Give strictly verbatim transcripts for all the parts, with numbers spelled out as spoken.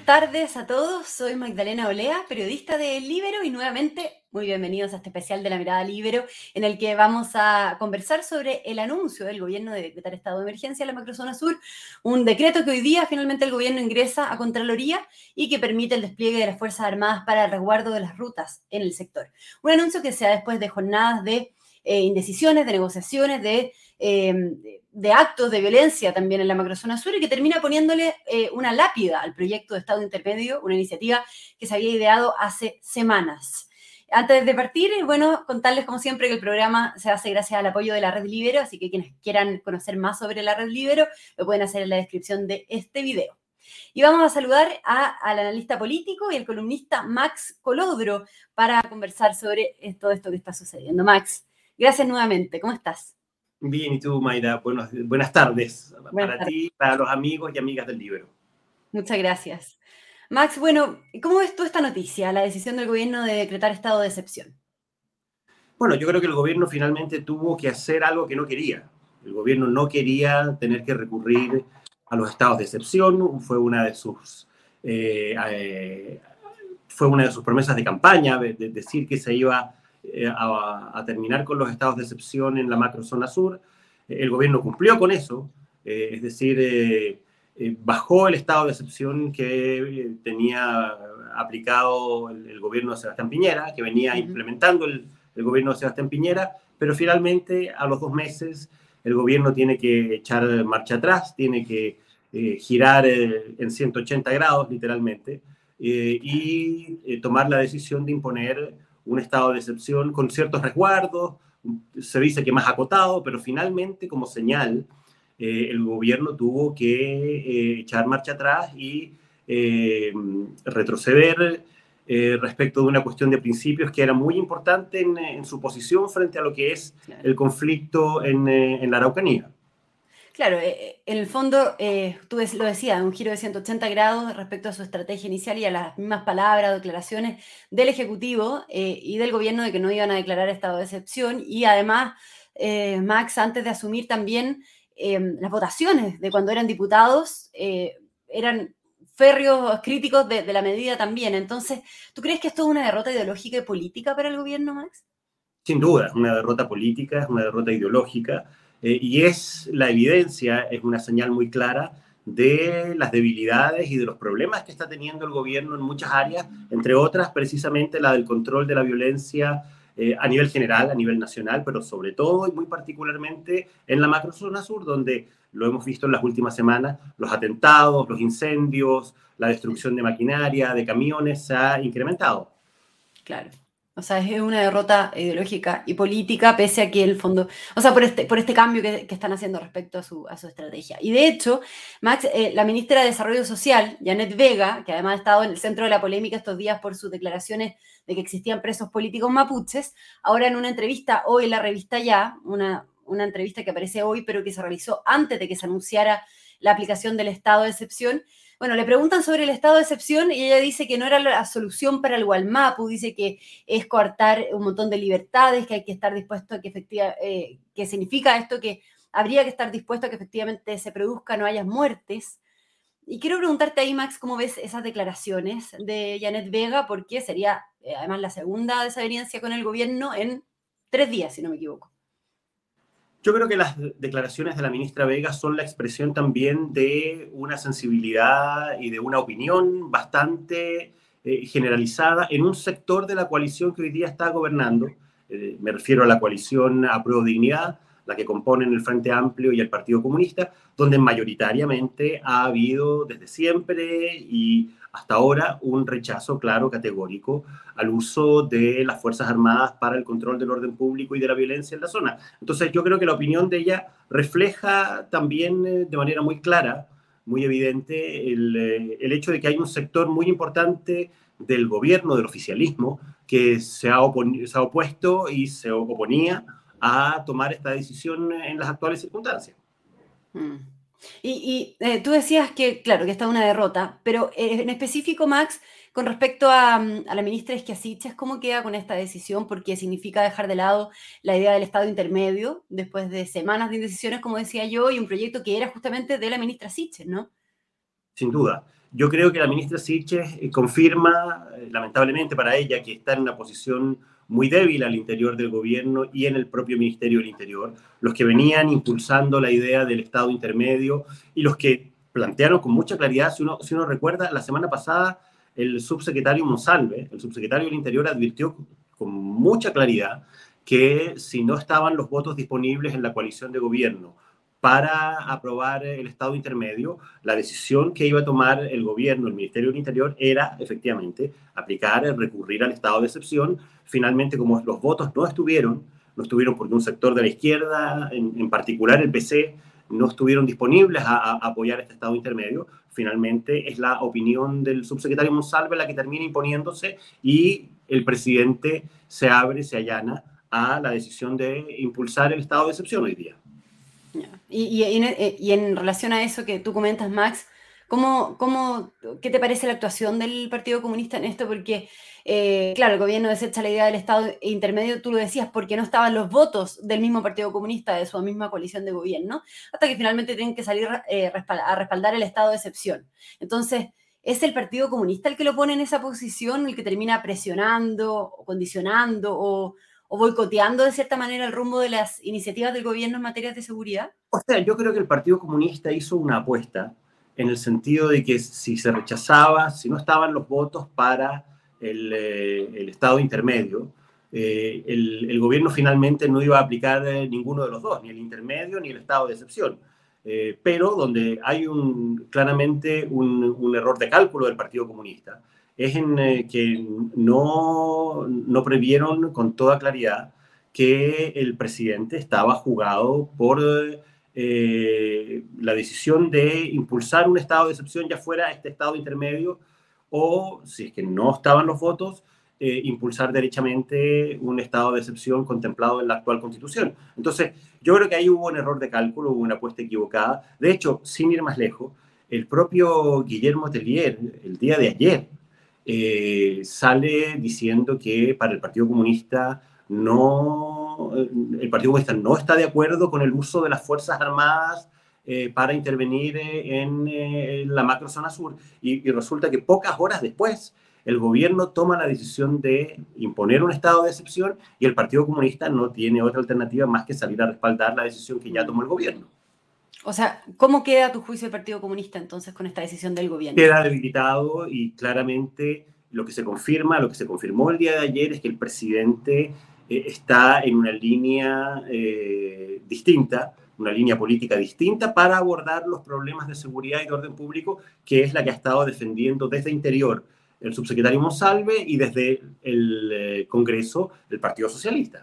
tardes a todos, soy Magdalena Olea, periodista de Líbero y nuevamente muy bienvenidos a este especial de La Mirada Líbero en el que vamos a conversar sobre el anuncio del gobierno de decretar estado de emergencia en la macrozona sur, un decreto que hoy día finalmente el gobierno ingresa a Contraloría y que permite el despliegue de las Fuerzas Armadas para el resguardo de las rutas en el sector. Un anuncio que se da después de jornadas de eh, indecisiones, de negociaciones, de... Eh, de actos de violencia también en la macrozona sur y que termina poniéndole eh, una lápida al proyecto de Estado intermedio, una iniciativa que se había ideado hace semanas. Antes de partir, bueno, contarles como siempre que el programa se hace gracias al apoyo de la Red Líbero, así que quienes quieran conocer más sobre la Red Líbero lo pueden hacer en la descripción de este video. Y vamos a saludar a, al analista político y el columnista Max Colodro para conversar sobre todo esto que está sucediendo. Max, gracias nuevamente, ¿cómo estás? Bien, ¿y tú, Mayra? Buenos, buenas tardes Buenas para tardes. ti, para los amigos y amigas del Líbero. Muchas gracias. Max, bueno, ¿cómo ves tú esta noticia, la decisión del gobierno de decretar estado de excepción? Bueno, yo creo que el gobierno finalmente tuvo que hacer algo que no quería. El gobierno no quería tener que recurrir a los estados de excepción, fue una de sus, eh, eh, fue una de sus promesas de campaña, de, de decir que se iba eh, a, a terminar con los estados de excepción en la macrozona sur. El gobierno cumplió con eso, eh, es decir, eh, eh, bajó el estado de excepción que eh, tenía aplicado el, el, gobierno de Sebastián Piñera, que venía uh-huh. implementando el, el gobierno de Sebastián Piñera, pero finalmente a los dos meses el gobierno tiene que echar marcha atrás, tiene que eh, girar eh, en ciento ochenta grados literalmente eh, y eh, tomar la decisión de imponer un estado de excepción con ciertos resguardos, se dice que más acotado, pero finalmente como señal eh, el gobierno tuvo que eh, echar marcha atrás y eh, retroceder eh, respecto de una cuestión de principios que era muy importante en, en su posición frente a lo que es claro. el conflicto en, en la Araucanía. Claro, eh, en el fondo, eh, tú lo decías, un giro de ciento ochenta grados respecto a su estrategia inicial y a las mismas palabras, declaraciones del Ejecutivo eh, y del gobierno de que no iban a declarar estado de excepción y además, eh, Max, antes de asumir también eh, las votaciones de cuando eran diputados, eh, eran férreos críticos de, de la medida también. Entonces, ¿tú crees que esto es una derrota ideológica y política para el gobierno, Max? Sin duda, es una derrota política, es una derrota ideológica. Eh, y es la evidencia, es una señal muy clara de las debilidades y de los problemas que está teniendo el gobierno en muchas áreas, entre otras precisamente la del control de la violencia eh, a nivel general, a nivel nacional, pero sobre todo y muy particularmente en la macrozona sur, donde lo hemos visto en las últimas semanas, los atentados, los incendios, la destrucción de maquinaria, de camiones, se ha incrementado. Claro. O sea, es una derrota ideológica y política, pese a que el fondo, o sea, por este, por este cambio que, que están haciendo respecto a su, a su estrategia. Y de hecho, Max, eh, la ministra de Desarrollo Social, Janet Vega, que además ha estado en el centro de la polémica estos días por sus declaraciones de que existían presos políticos mapuches, ahora en una entrevista hoy en la revista Ya, una, una entrevista que aparece hoy, pero que se realizó antes de que se anunciara la aplicación del estado de excepción. Bueno, le preguntan sobre el estado de excepción y ella dice que no era la solución para el Gualmapu, dice que es coartar un montón de libertades, que hay que estar dispuesto a que efectivamente, eh, que significa esto que habría que estar dispuesto a que efectivamente se produzca, no haya muertes. Y quiero preguntarte ahí, Max, ¿cómo ves esas declaraciones de Janet Vega? Porque sería eh, además la segunda desaveniencia con el gobierno en tres días, si no me equivoco. Yo creo que las declaraciones de la ministra Vega son la expresión también de una sensibilidad y de una opinión bastante eh, generalizada en un sector de la coalición que hoy día está gobernando. Eh, me refiero a la coalición Apruebo Dignidad, la que componen el Frente Amplio y el Partido Comunista, donde mayoritariamente ha habido desde siempre y hasta ahora un rechazo claro, categórico, al uso de las Fuerzas Armadas para el control del orden público y de la violencia en la zona. Entonces yo creo que la opinión de ella refleja también eh, de manera muy clara, muy evidente, el, eh, el hecho de que hay un sector muy importante del gobierno, del oficialismo, que se ha, opon- se ha opuesto y se oponía a tomar esta decisión en las actuales circunstancias. Mm. Y, y eh, tú decías que, claro, que esta es una derrota, pero eh, en específico, Max, con respecto a, a la ministra Esquiasiches, ¿cómo queda con esta decisión? Porque significa dejar de lado la idea del Estado intermedio, después de semanas de indecisiones, como decía yo, y un proyecto que era justamente de la ministra Siches, ¿no? Sin duda. Yo creo que la ministra Siches eh, confirma, eh, lamentablemente para ella, que está en una posición muy débil al interior del gobierno y en el propio Ministerio del Interior. Los que venían impulsando la idea del Estado intermedio y los que plantearon con mucha claridad, si uno, si uno recuerda, la semana pasada el subsecretario Monsalve, el subsecretario del Interior, advirtió con mucha claridad que si no estaban los votos disponibles en la coalición de gobierno para aprobar el Estado intermedio, la decisión que iba a tomar el gobierno, el Ministerio del Interior, era efectivamente aplicar, recurrir al estado de excepción. Finalmente, como los votos no estuvieron, no estuvieron porque un sector de la izquierda, en, en particular el P C, no estuvieron disponibles a, a apoyar este estado intermedio, finalmente es la opinión del subsecretario Monsalve la que termina imponiéndose y el presidente se abre, se allana a la decisión de impulsar el estado de excepción hoy día. Y, y, y, y en relación a eso que tú comentas, Max, ¿cómo, cómo, ¿qué te parece la actuación del Partido Comunista en esto? Porque, eh, claro, el gobierno desecha la idea del Estado intermedio, tú lo decías, porque no estaban los votos del mismo Partido Comunista, de su misma coalición de gobierno, hasta que finalmente tienen que salir eh, a respaldar el estado de excepción. Entonces, ¿es el Partido Comunista el que lo pone en esa posición, el que termina presionando, o condicionando, o... o boicoteando de cierta manera el rumbo de las iniciativas del gobierno en materia de seguridad? O sea, yo creo que el Partido Comunista hizo una apuesta en el sentido de que si se rechazaba, si no estaban los votos para el, eh, el estado intermedio, eh, el, el gobierno finalmente no iba a aplicar eh, ninguno de los dos, ni el intermedio ni el estado de excepción. Eh, pero donde hay un, claramente un, un error de cálculo del Partido Comunista es en eh, que no, no previeron con toda claridad que el presidente estaba jugado por eh, la decisión de impulsar un estado de excepción, ya fuera este estado intermedio, o si es que no estaban los votos, eh, impulsar derechamente un estado de excepción contemplado en la actual Constitución. Entonces, yo creo que ahí hubo un error de cálculo, hubo una apuesta equivocada. De hecho, sin ir más lejos, el propio Guillermo Tellier, el día de ayer, eh, sale diciendo que para el Partido Comunista no, el Partido Comunista no está de acuerdo con el uso de las Fuerzas Armadas eh, para intervenir en, eh, en la macrozona sur. Y, y resulta que pocas horas después el gobierno toma la decisión de imponer un estado de excepción y el Partido Comunista no tiene otra alternativa más que salir a respaldar la decisión que ya tomó el gobierno. O sea, ¿cómo queda a tu juicio el Partido Comunista entonces con esta decisión del gobierno? Queda debilitado y claramente lo que se confirma, lo que se confirmó el día de ayer es que el presidente eh, está en una línea eh, distinta, una línea política distinta para abordar los problemas de seguridad y de orden público, que es la que ha estado defendiendo desde Interior el subsecretario Monsalve y desde el eh, Congreso del Partido Socialista.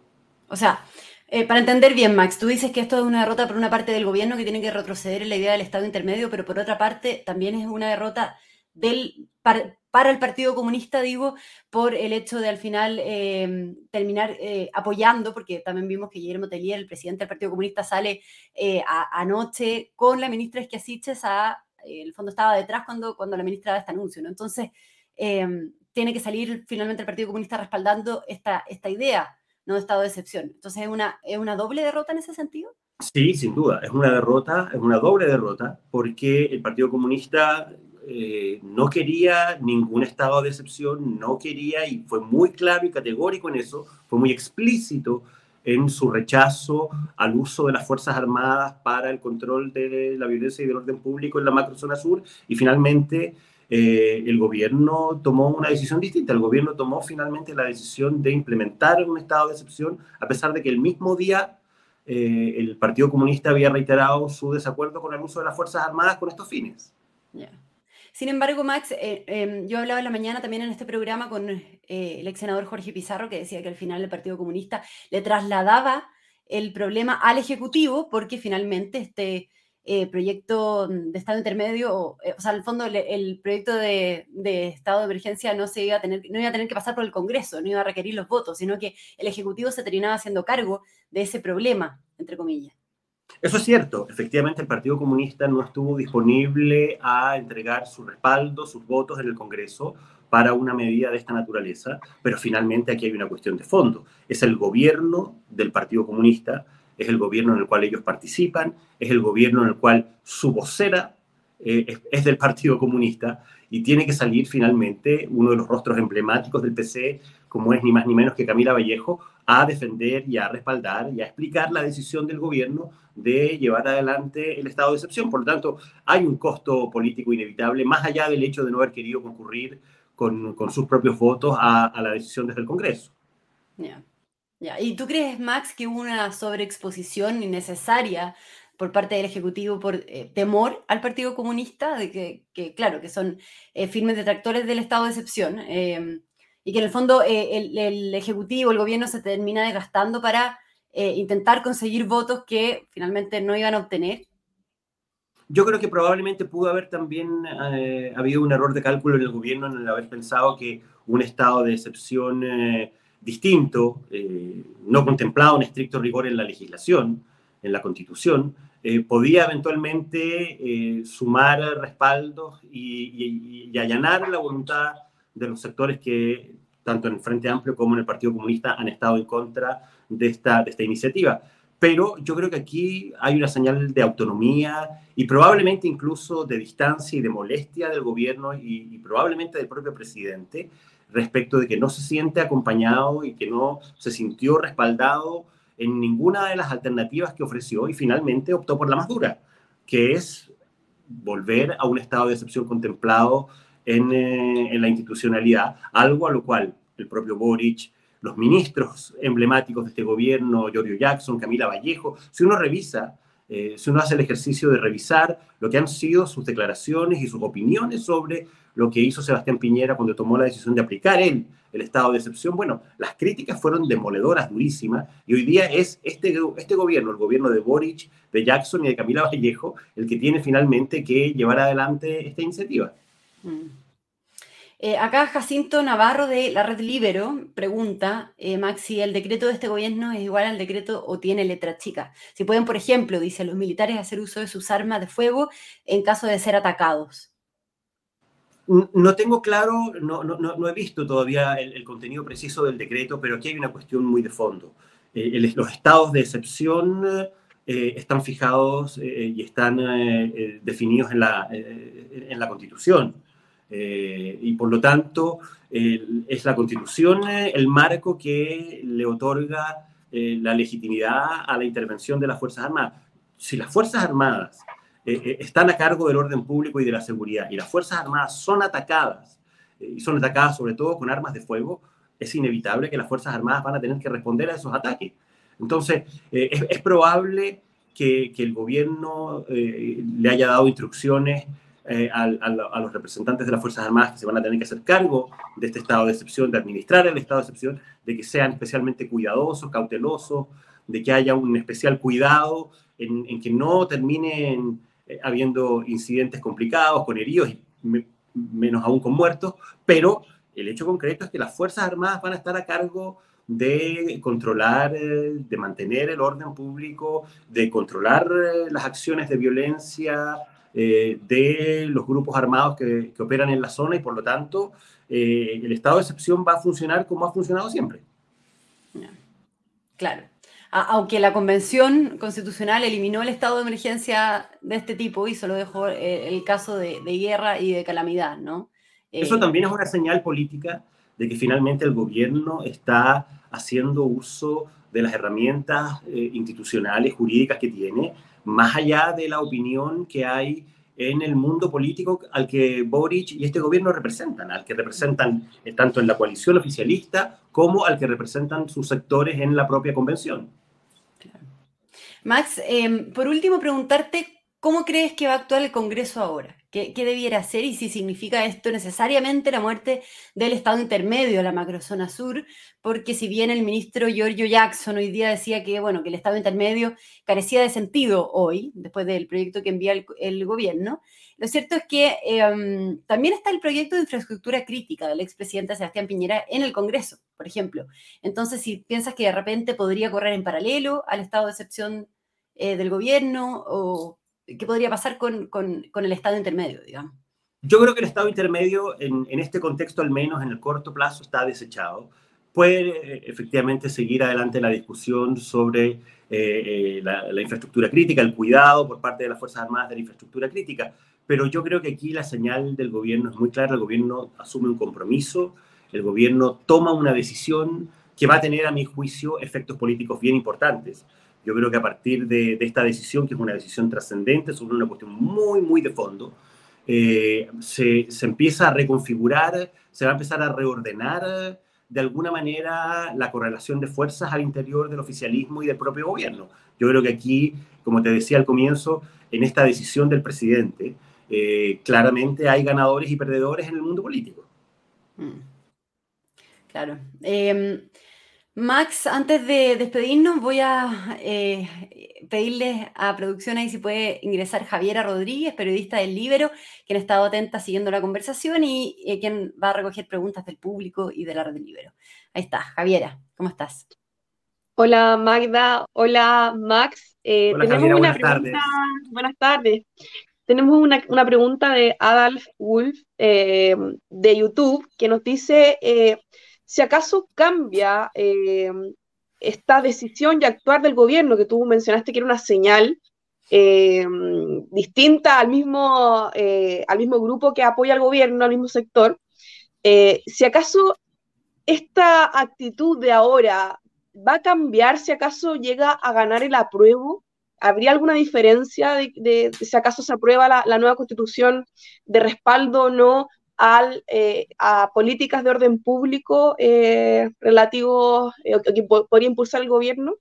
O sea, Eh, para entender bien, Max, tú dices que esto es una derrota por una parte del gobierno que tiene que retroceder en la idea del Estado intermedio, pero por otra parte también es una derrota del, para, para el Partido Comunista, digo, por el hecho de al final eh, terminar eh, apoyando, porque también vimos que Guillermo Tellier, el presidente del Partido Comunista, sale eh, a, anoche con la ministra Esquiasiches, a, eh, el fondo estaba detrás cuando, cuando la ministra da este anuncio, ¿no? Entonces, eh, tiene que salir finalmente el Partido Comunista respaldando esta, esta idea, no estado de excepción. Entonces, ¿es una, ¿es una doble derrota en ese sentido? Sí, sin duda. Es una derrota, es una doble derrota, porque el Partido Comunista eh, no quería ningún estado de excepción, no quería, y fue muy claro y categórico en eso, fue muy explícito en su rechazo al uso de las Fuerzas Armadas para el control de la violencia y del orden público en la macrozona sur, y finalmente Eh, el gobierno tomó una decisión distinta. El gobierno tomó finalmente la decisión de implementar un estado de excepción, a pesar de que el mismo día eh, el Partido Comunista había reiterado su desacuerdo con el uso de las Fuerzas Armadas con estos fines. Yeah. Sin embargo, Max, eh, eh, yo hablaba en la mañana también en este programa con eh, el ex senador Jorge Pizarro, que decía que al final el Partido Comunista le trasladaba el problema al Ejecutivo, porque finalmente este Eh, proyecto de estado intermedio, o, eh, o sea, al fondo el, el proyecto de, de estado de emergencia no, se iba a tener, no iba a tener que pasar por el Congreso, no iba a requerir los votos, sino que el Ejecutivo se terminaba haciendo cargo de ese problema, entre comillas. Eso es cierto. Efectivamente, el Partido Comunista no estuvo disponible a entregar su respaldo, sus votos en el Congreso para una medida de esta naturaleza, pero finalmente aquí hay una cuestión de fondo. Es el gobierno del Partido Comunista, es el gobierno en el cual ellos participan, es el gobierno en el cual su vocera eh, es, es del Partido Comunista y tiene que salir finalmente uno de los rostros emblemáticos del P C, como es ni más ni menos que Camila Vallejo, a defender y a respaldar y a explicar la decisión del gobierno de llevar adelante el estado de excepción. Por lo tanto, hay un costo político inevitable, más allá del hecho de no haber querido concurrir con, con sus propios votos a, a la decisión desde el Congreso. Yeah. Yeah. ¿Y tú crees, Max, que hubo una sobreexposición innecesaria por parte del Ejecutivo por eh, temor al Partido Comunista, de que, que claro, que son eh, firmes detractores del estado de excepción, eh, y que en el fondo eh, el, el Ejecutivo, el gobierno se termina desgastando para eh, intentar conseguir votos que finalmente no iban a obtener? Yo creo que probablemente pudo haber también eh, habido un error de cálculo en el gobierno en el haber pensado que un estado de excepción eh, distinto, eh, no contemplado en estricto rigor en la legislación, en la Constitución, eh, podía eventualmente eh, sumar respaldos y, y, y allanar la voluntad de los sectores que, tanto en el Frente Amplio como en el Partido Comunista, han estado en contra de esta, de esta iniciativa. Pero yo creo que aquí hay una señal de autonomía y probablemente incluso de distancia y de molestia del gobierno y, y probablemente del propio presidente respecto de que no se siente acompañado y que no se sintió respaldado en ninguna de las alternativas que ofreció y finalmente optó por la más dura, que es volver a un estado de excepción contemplado en, eh, en la institucionalidad, algo a lo cual el propio Boric, los ministros emblemáticos de este gobierno, Giorgio Jackson, Camila Vallejo, si uno revisa, eh, si uno hace el ejercicio de revisar lo que han sido sus declaraciones y sus opiniones sobre lo que hizo Sebastián Piñera cuando tomó la decisión de aplicar él el estado de excepción, bueno, las críticas fueron demoledoras, durísimas, y hoy día es este, este gobierno, el gobierno de Boric, de Jackson y de Camila Vallejo, el que tiene finalmente que llevar adelante esta iniciativa. Mm. Eh, acá Jacinto Navarro de la Red Libero pregunta, eh, Max, si el decreto de este gobierno es igual al decreto o tiene letra chica. Si pueden, por ejemplo, dice, los militares hacer uso de sus armas de fuego en caso de ser atacados. No tengo claro, no, no, no he visto todavía el, el contenido preciso del decreto, pero aquí hay una cuestión muy de fondo. Eh, el, los estados de excepción eh, están fijados eh, y están eh, definidos en la, eh, en la Constitución. Eh, y por lo tanto, eh, es la Constitución eh, el marco que le otorga eh, la legitimidad a la intervención de las Fuerzas Armadas. Si las Fuerzas Armadas eh, eh, están a cargo del orden público y de la seguridad y las Fuerzas Armadas son atacadas, eh, y son atacadas sobre todo con armas de fuego, es inevitable que las Fuerzas Armadas van a tener que responder a esos ataques. Entonces, eh, es, es probable que, que el gobierno eh, le haya dado instrucciones Eh, a, a, a los representantes de las Fuerzas Armadas que se van a tener que hacer cargo de este estado de excepción, de administrar el estado de excepción, de que sean especialmente cuidadosos, cautelosos, de que haya un especial cuidado en, en que no terminen eh, habiendo incidentes complicados, con heridos y me, menos aún con muertos, pero el hecho concreto es que las Fuerzas Armadas van a estar a cargo de controlar, eh, de mantener el orden público, de controlar eh, las acciones de violencia Eh, de los grupos armados que, que operan en la zona y por lo tanto eh, el estado de excepción va a funcionar como ha funcionado siempre. Claro. A, aunque la Convención Constitucional eliminó el estado de emergencia de este tipo y solo dejó eh, el caso de, de guerra y de calamidad, ¿no? Eh, Eso también es una señal política de que finalmente el gobierno está haciendo uso de las herramientas eh, institucionales, jurídicas que tiene, más allá de la opinión que hay en el mundo político al que Boric y este gobierno representan, al que representan eh, tanto en la coalición oficialista como al que representan sus sectores en la propia convención. Claro. Max, eh, por último preguntarte, ¿cómo crees que va a actuar el Congreso ahora? ¿Qué, ¿Qué debiera hacer y si significa esto necesariamente la muerte del Estado intermedio de la macrozona sur? Porque si bien el ministro Giorgio Jackson hoy día decía que, bueno, que el Estado intermedio carecía de sentido hoy, después del proyecto que envía el, el gobierno, lo cierto es que eh, también está el proyecto de infraestructura crítica del expresidente Sebastián Piñera en el Congreso, por ejemplo. Entonces, si piensas que de repente podría correr en paralelo al estado de excepción eh, del gobierno, o qué podría pasar con, con, con el estado intermedio, digamos. Yo creo que el estado intermedio, en, en este contexto al menos, en el corto plazo, está desechado. Puede eh, efectivamente seguir adelante la discusión sobre eh, eh, la, la infraestructura crítica, el cuidado por parte de las Fuerzas Armadas de la infraestructura crítica, pero yo creo que aquí la señal del gobierno es muy clara. El gobierno asume un compromiso, el gobierno toma una decisión que va a tener, a mi juicio, efectos políticos bien importantes. Yo creo que a partir de, de esta decisión, que es una decisión trascendente sobre una cuestión muy, muy de fondo, eh, se, se empieza a reconfigurar, se va a empezar a reordenar de alguna manera la correlación de fuerzas al interior del oficialismo y del propio gobierno. Yo creo que aquí, como te decía al comienzo, en esta decisión del presidente, eh, claramente hay ganadores y perdedores en el mundo político. Mm. Claro. Eh, Max, antes de despedirnos, voy a eh, pedirles a producción ahí si puede ingresar Javiera Rodríguez, periodista del Líbero, quien ha estado atenta siguiendo la conversación y eh, quien va a recoger preguntas del público y de la red del Líbero. Ahí está, Javiera, ¿cómo estás? Hola Magda, hola Max. Eh, Hola tenemos Javiera, una buenas pregunta, tardes. buenas tardes. Tenemos una, una pregunta de Adolf Wolf eh, de YouTube que nos dice eh, si acaso cambia eh, esta decisión y actuar del gobierno que tú mencionaste que era una señal eh, distinta al mismo, eh, al mismo grupo que apoya al gobierno, al mismo sector. Eh, si acaso esta actitud de ahora va a cambiar si acaso llega a ganar el apruebo. ¿Habría alguna diferencia de, de, de si acaso se aprueba la, la nueva constitución de respaldo o no al, eh, a políticas de orden público eh, relativos eh, que podría impulsar el gobierno?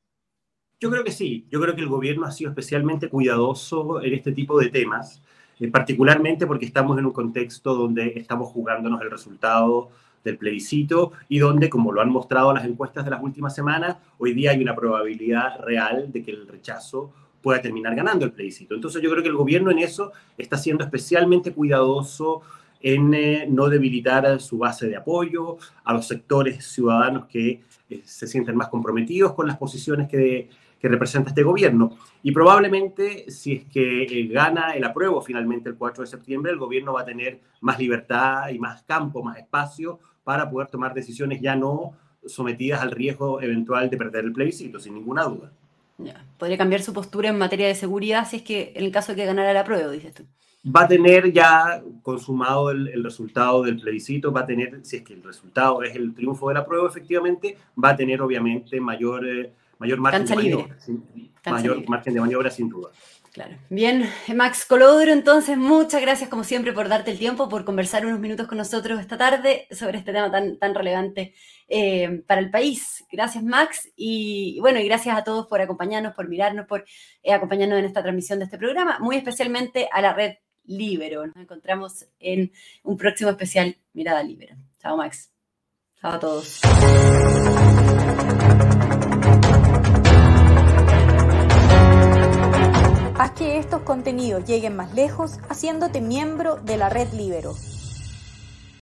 Yo creo que sí. Yo creo que el gobierno ha sido especialmente cuidadoso en este tipo de temas, eh, particularmente porque estamos en un contexto donde estamos jugándonos el resultado del plebiscito y donde, como lo han mostrado las encuestas de las últimas semanas, hoy día hay una probabilidad real de que el rechazo pueda terminar ganando el plebiscito. Entonces yo creo que el gobierno en eso está siendo especialmente cuidadoso en eh, no debilitar su base de apoyo a los sectores ciudadanos que eh, se sienten más comprometidos con las posiciones que, que representa este gobierno. Y probablemente, si es que eh, gana el apruebo finalmente el cuatro de septiembre, el gobierno va a tener más libertad y más campo, más espacio para poder tomar decisiones ya no sometidas al riesgo eventual de perder el plebiscito, sin ninguna duda. Ya. Podría cambiar su postura en materia de seguridad si es que en el caso de que ganara el apruebo, dices tú. Va a tener ya consumado el, el resultado del plebiscito, va a tener, si es que el resultado es el triunfo del apruebo, efectivamente, va a tener obviamente mayor, eh, mayor margen Cancha de libre. maniobra, sin, Cancha mayor libre. margen de maniobra sin duda. Claro. Bien, Max Colodro, entonces, muchas gracias como siempre por darte el tiempo, por conversar unos minutos con nosotros esta tarde sobre este tema tan, tan relevante eh, para el país. Gracias, Max, y bueno, y gracias a todos por acompañarnos, por mirarnos, por eh, acompañarnos en esta transmisión de este programa, muy especialmente a la red Líbero. Nos encontramos en un próximo especial Mirada Líbero. Chao, Max. Chao a todos. Haz que estos contenidos lleguen más lejos haciéndote miembro de la red Líbero.